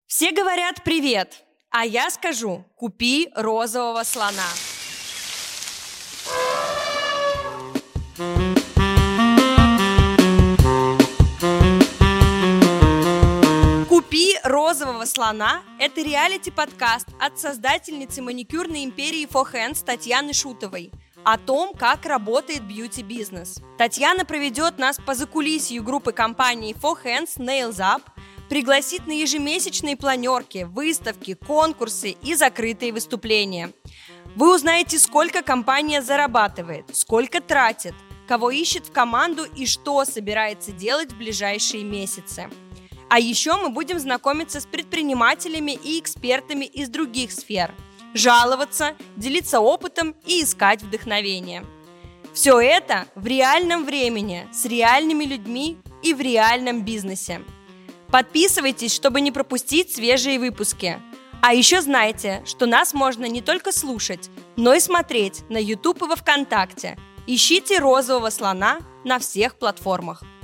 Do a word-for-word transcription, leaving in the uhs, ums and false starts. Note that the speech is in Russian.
Все говорят «привет», а я скажу «купи розового слона». «Купи розового слона» – это реалити-подкаст от создательницы маникюрной империи Four Hands Татьяны Шутовой о том, как работает бьюти-бизнес. Татьяна проведет нас по закулисью группы компании Four Hands Nails Up, пригласит на ежемесячные планерки, выставки, конкурсы и закрытые выступления. Вы узнаете, сколько компания зарабатывает, сколько тратит, кого ищет в команду и что собирается делать в ближайшие месяцы. А еще мы будем знакомиться с предпринимателями и экспертами из других сфер, жаловаться, делиться опытом и искать вдохновение. Все это в реальном времени, с реальными людьми и в реальном бизнесе. Подписывайтесь, чтобы не пропустить свежие выпуски. А еще знайте, что нас можно не только слушать, но и смотреть на YouTube и во ВКонтакте. Ищите розового слона на всех платформах.